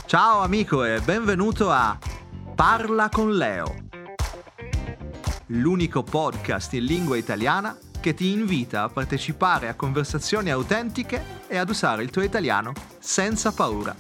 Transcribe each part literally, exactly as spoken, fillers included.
Ciao amico e benvenuto a Parla con Leo, l'unico podcast in lingua italiana che ti invita a partecipare a conversazioni autentiche e ad usare il tuo italiano senza paura.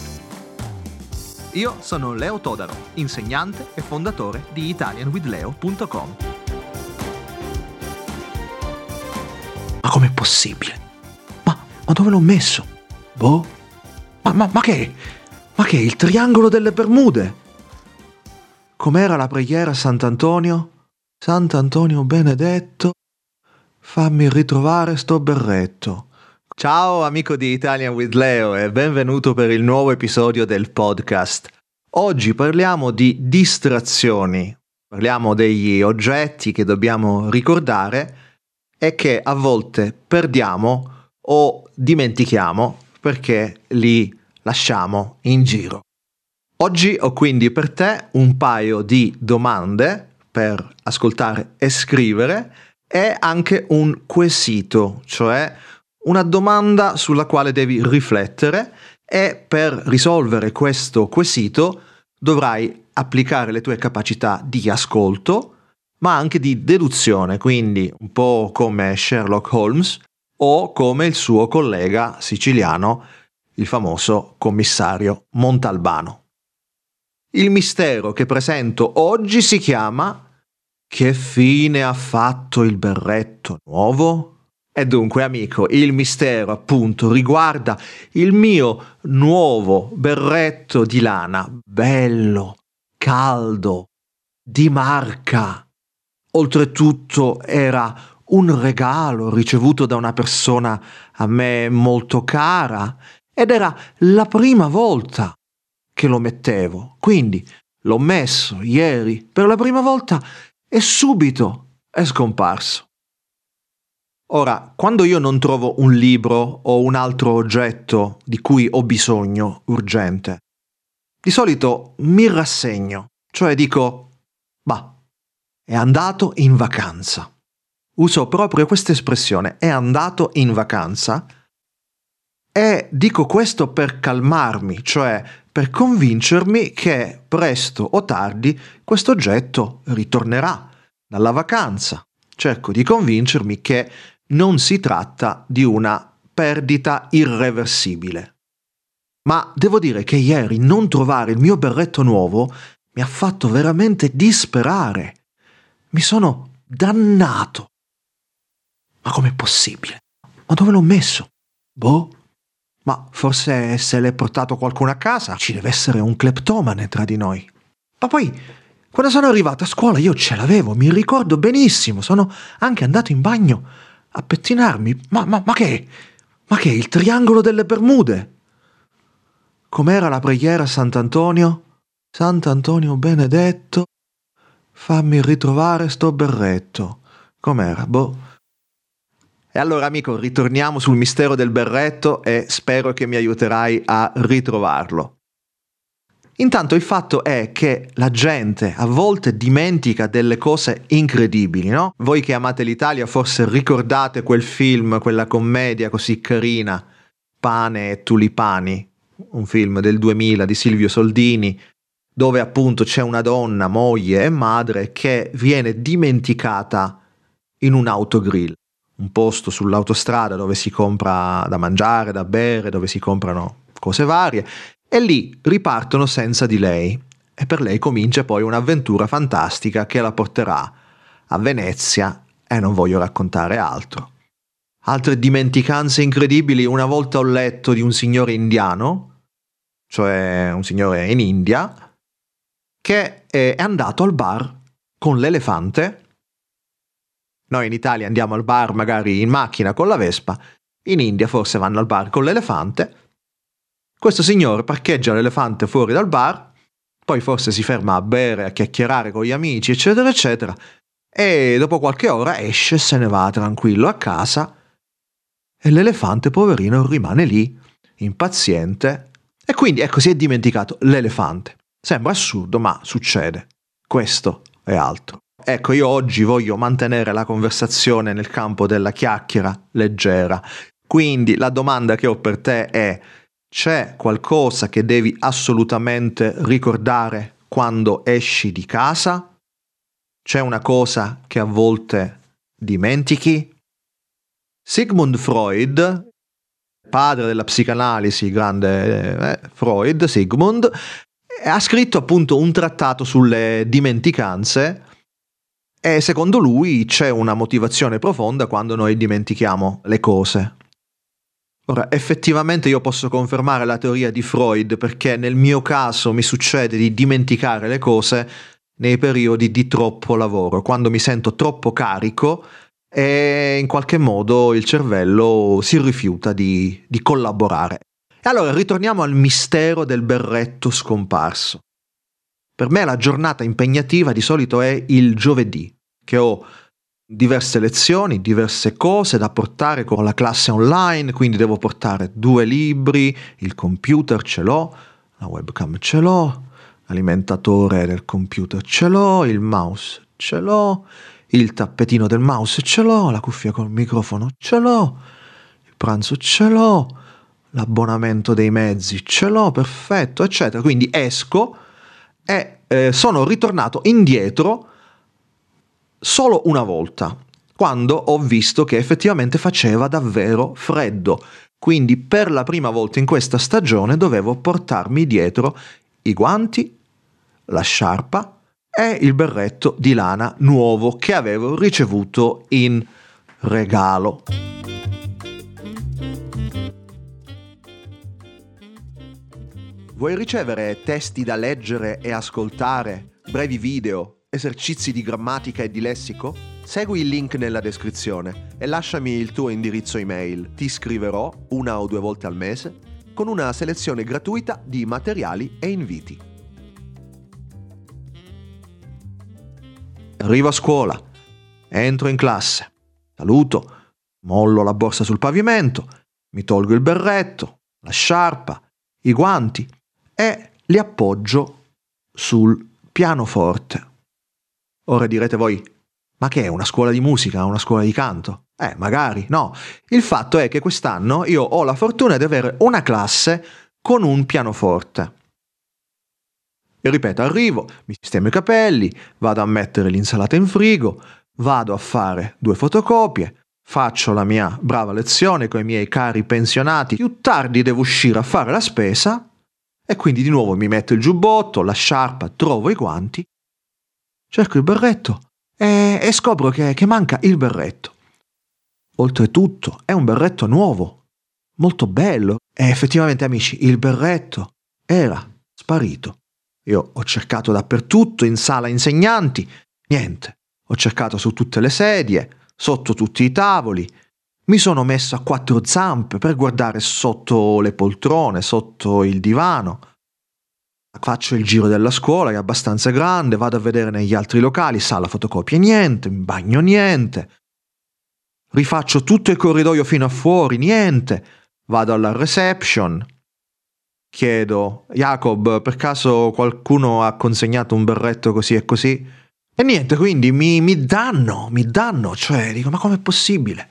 Io sono Leo Todaro, insegnante e fondatore di italian with leo punto com. Ma com'è possibile? Ma, ma dove l'ho messo? Boh. Ma, ma, ma che? Ma che? Il triangolo delle Bermude? Com'era la preghiera a Sant'Antonio? Sant'Antonio benedetto, fammi ritrovare sto berretto. Ciao amico di Italian with Leo e benvenuto per il nuovo episodio del podcast. Oggi parliamo di distrazioni, parliamo degli oggetti che dobbiamo ricordare e che a volte perdiamo o dimentichiamo perché li lasciamo in giro. Oggi ho quindi per te un paio di domande per ascoltare e scrivere e anche un quesito, cioè una domanda sulla quale devi riflettere e per risolvere questo quesito dovrai applicare le tue capacità di ascolto ma anche di deduzione, quindi un po' come Sherlock Holmes o come il suo collega siciliano, il famoso commissario Montalbano. Il mistero che presento oggi si chiama Che fine ha fatto il berretto nuovo? E dunque, amico, il mistero appunto riguarda il mio nuovo berretto di lana, bello, caldo, di marca. Oltretutto era un regalo ricevuto da una persona a me molto cara ed era la prima volta che lo mettevo. Quindi l'ho messo ieri per la prima volta e subito è scomparso. Ora, quando io non trovo un libro o un altro oggetto di cui ho bisogno urgente, di solito mi rassegno, cioè dico, bah, è andato in vacanza. Uso proprio questa espressione, è andato in vacanza, e dico questo per calmarmi, cioè per convincermi che presto o tardi questo oggetto ritornerà dalla vacanza. Cerco di convincermi che non si tratta di una perdita irreversibile. Ma devo dire che ieri non trovare il mio berretto nuovo mi ha fatto veramente disperare. Mi sono dannato. Ma com'è possibile? Ma dove l'ho messo? Boh. Ma forse se l'è portato qualcuno a casa ci deve essere un cleptomane tra di noi. Ma poi, quando sono arrivato a scuola io ce l'avevo, mi ricordo benissimo. Sono anche andato in bagno a pettinarmi. Ma, ma, ma che? Ma che? Il triangolo delle Bermude? Com'era la preghiera a Sant'Antonio? Sant'Antonio benedetto, fammi ritrovare sto berretto. Com'era? Boh. E allora amico, ritorniamo sul mistero del berretto e spero che mi aiuterai a ritrovarlo. Intanto il fatto è che la gente a volte dimentica delle cose incredibili, no? Voi che amate l'Italia forse ricordate quel film, quella commedia così carina, Pane e tulipani, un film del duemila di Silvio Soldini, dove appunto c'è una donna, moglie e madre, che viene dimenticata in un autogrill. Un posto sull'autostrada dove si compra da mangiare, da bere, dove si comprano cose varie, e lì ripartono senza di lei e per lei comincia poi un'avventura fantastica che la porterà a Venezia e non voglio raccontare altro. Altre dimenticanze incredibili, una volta ho letto di un signore indiano, cioè un signore in India, che è andato al bar con l'elefante. Noi in Italia andiamo al bar magari in macchina con la Vespa, in India forse vanno al bar con l'elefante. Questo signore parcheggia l'elefante fuori dal bar, poi forse si ferma a bere, a chiacchierare con gli amici, eccetera, eccetera, e dopo qualche ora esce e se ne va tranquillo a casa e l'elefante poverino rimane lì, impaziente, e quindi ecco si è dimenticato l'elefante. Sembra assurdo, ma succede. Questo è altro. Ecco, io oggi voglio mantenere la conversazione nel campo della chiacchiera leggera. Quindi la domanda che ho per te è: C'è qualcosa che devi assolutamente ricordare quando esci di casa? C'è una cosa che a volte dimentichi? Sigmund Freud, padre della psicanalisi, grande eh, Freud, Sigmund, ha scritto appunto un trattato sulle dimenticanze e secondo lui c'è una motivazione profonda quando noi dimentichiamo le cose. Ora, effettivamente io posso confermare la teoria di Freud perché nel mio caso mi succede di dimenticare le cose nei periodi di troppo lavoro, quando mi sento troppo carico e in qualche modo il cervello si rifiuta di, di collaborare. E allora ritorniamo al mistero del berretto scomparso. Per me la giornata impegnativa di solito è il giovedì, che ho diverse lezioni, diverse cose da portare con la classe online, quindi devo portare due libri, il computer ce l'ho, la webcam ce l'ho, l'alimentatore del computer ce l'ho, il mouse ce l'ho, il tappetino del mouse ce l'ho, la cuffia col microfono ce l'ho, il pranzo ce l'ho, l'abbonamento dei mezzi ce l'ho, perfetto, eccetera. Quindi esco e eh, sono ritornato indietro solo una volta, quando ho visto che effettivamente faceva davvero freddo. Quindi per la prima volta in questa stagione dovevo portarmi dietro i guanti, la sciarpa e il berretto di lana nuovo che avevo ricevuto in regalo. Vuoi ricevere testi da leggere e ascoltare, brevi video, esercizi di grammatica e di lessico? Segui il link nella descrizione e lasciami il tuo indirizzo email. Ti scriverò una o due volte al mese con una selezione gratuita di materiali e inviti. Arrivo a scuola, entro in classe, saluto, mollo la borsa sul pavimento, mi tolgo il berretto, la sciarpa, i guanti e li appoggio sul pianoforte. Ora direte voi, ma che è una scuola di musica, una scuola di canto? Eh, magari, no. Il fatto è che quest'anno io ho la fortuna di avere una classe con un pianoforte. E ripeto, arrivo, mi sistemo i capelli, vado a mettere l'insalata in frigo, vado a fare due fotocopie, faccio la mia brava lezione con i miei cari pensionati, più tardi devo uscire a fare la spesa e quindi di nuovo mi metto il giubbotto, la sciarpa, trovo i guanti, cerco il berretto e, e scopro che, che manca il berretto. Oltretutto è un berretto nuovo, molto bello e effettivamente amici il berretto era sparito. Io ho cercato dappertutto, in sala insegnanti, niente. Ho cercato su tutte le sedie, sotto tutti i tavoli. Mi sono messo a quattro zampe per guardare sotto le poltrone, sotto il divano. Faccio il giro della scuola, che è abbastanza grande, vado a vedere negli altri locali, sala fotocopie niente, in bagno niente. Rifaccio tutto il corridoio fino a fuori, niente. Vado alla reception. Chiedo, Jacob, per caso qualcuno ha consegnato un berretto così e così? E niente, quindi mi, mi danno, mi danno, cioè dico, ma com'è possibile?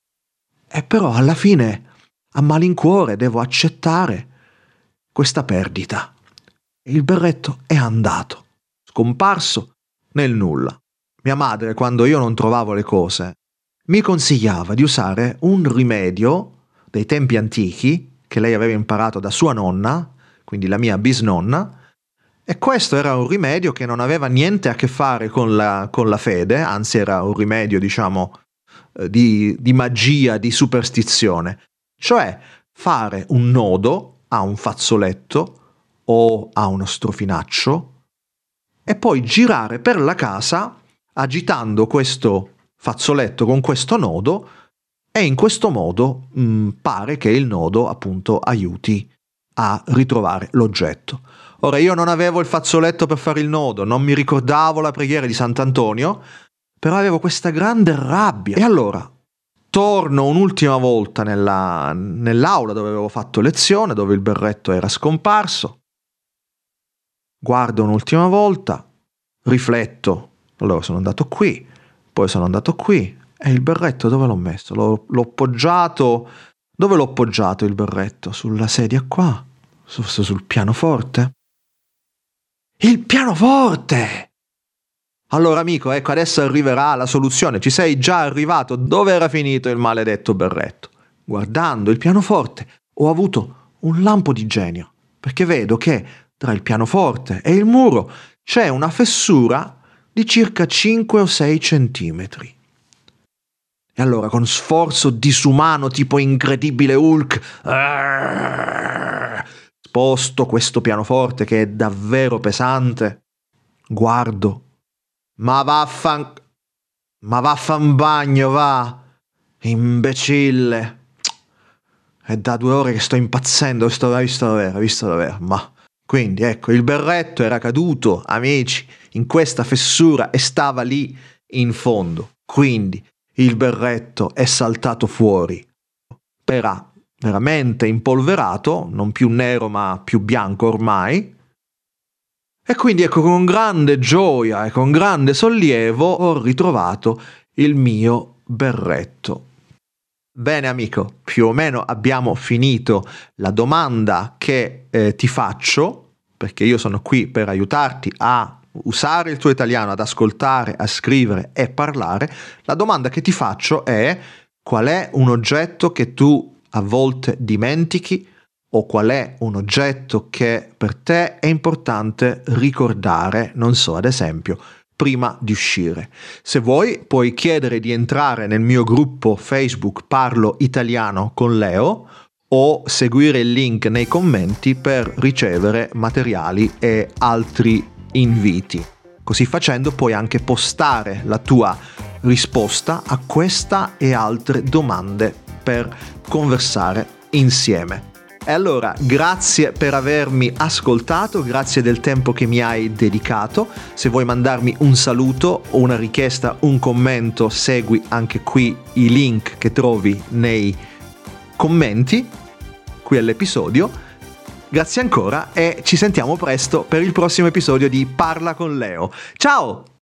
E però alla fine, a malincuore, devo accettare questa perdita. Il berretto è andato, scomparso nel nulla. Mia madre, quando io non trovavo le cose, mi consigliava di usare un rimedio dei tempi antichi che lei aveva imparato da sua nonna, quindi la mia bisnonna, e questo era un rimedio che non aveva niente a che fare con la, con la fede, anzi era un rimedio, diciamo, di, di magia, di superstizione, cioè fare un nodo a un fazzoletto o a uno strofinaccio e poi girare per la casa agitando questo fazzoletto con questo nodo e in questo modo mh, pare che il nodo appunto aiuti a ritrovare l'oggetto. Ora io non avevo il fazzoletto per fare il nodo, non mi ricordavo la preghiera di Sant'Antonio, però avevo questa grande rabbia. E allora torno un'ultima volta nella, nell'aula dove avevo fatto lezione, dove il berretto era scomparso, guardo un'ultima volta, rifletto, allora sono andato qui, poi sono andato qui, e il berretto dove l'ho messo? L'ho, l'ho poggiato Dove l'ho appoggiato il berretto? Sulla sedia qua? Forse sul pianoforte? Il pianoforte! Allora amico, ecco, adesso arriverà la soluzione. Ci sei già arrivato? Dove era finito il maledetto berretto? Guardando il pianoforte ho avuto un lampo di genio, perché vedo che tra il pianoforte e il muro c'è una fessura di circa cinque o sei centimetri. E allora, con sforzo disumano tipo incredibile Hulk, sposto questo pianoforte che è davvero pesante, guardo, ma vaffan... ma vaffan bagno, va, imbecille. È da due ore che sto impazzendo, sto, hai visto davvero, hai visto davvero, ma... Quindi ecco, il berretto era caduto, amici, in questa fessura e stava lì in fondo. Quindi il berretto è saltato fuori. Era veramente impolverato, non più nero ma più bianco ormai. E quindi ecco, con grande gioia e con grande sollievo ho ritrovato il mio berretto. Bene amico, più o meno abbiamo finito la domanda che eh, ti faccio, perché io sono qui per aiutarti a usare il tuo italiano, ad ascoltare, a scrivere e parlare. La domanda che ti faccio è: qual è un oggetto che tu a volte dimentichi o qual è un oggetto che per te è importante ricordare, non so, ad esempio, prima di uscire. Se vuoi puoi chiedere di entrare nel mio gruppo Facebook Parlo Italiano con Leo o seguire il link nei commenti per ricevere materiali e altri inviti. Così facendo puoi anche postare la tua risposta a questa e altre domande per conversare insieme. E allora, grazie per avermi ascoltato, grazie del tempo che mi hai dedicato. Se vuoi mandarmi un saluto o una richiesta, un commento, segui anche qui i link che trovi nei commenti qui all'episodio. Grazie ancora e ci sentiamo presto per il prossimo episodio di Parla con Leo. Ciao!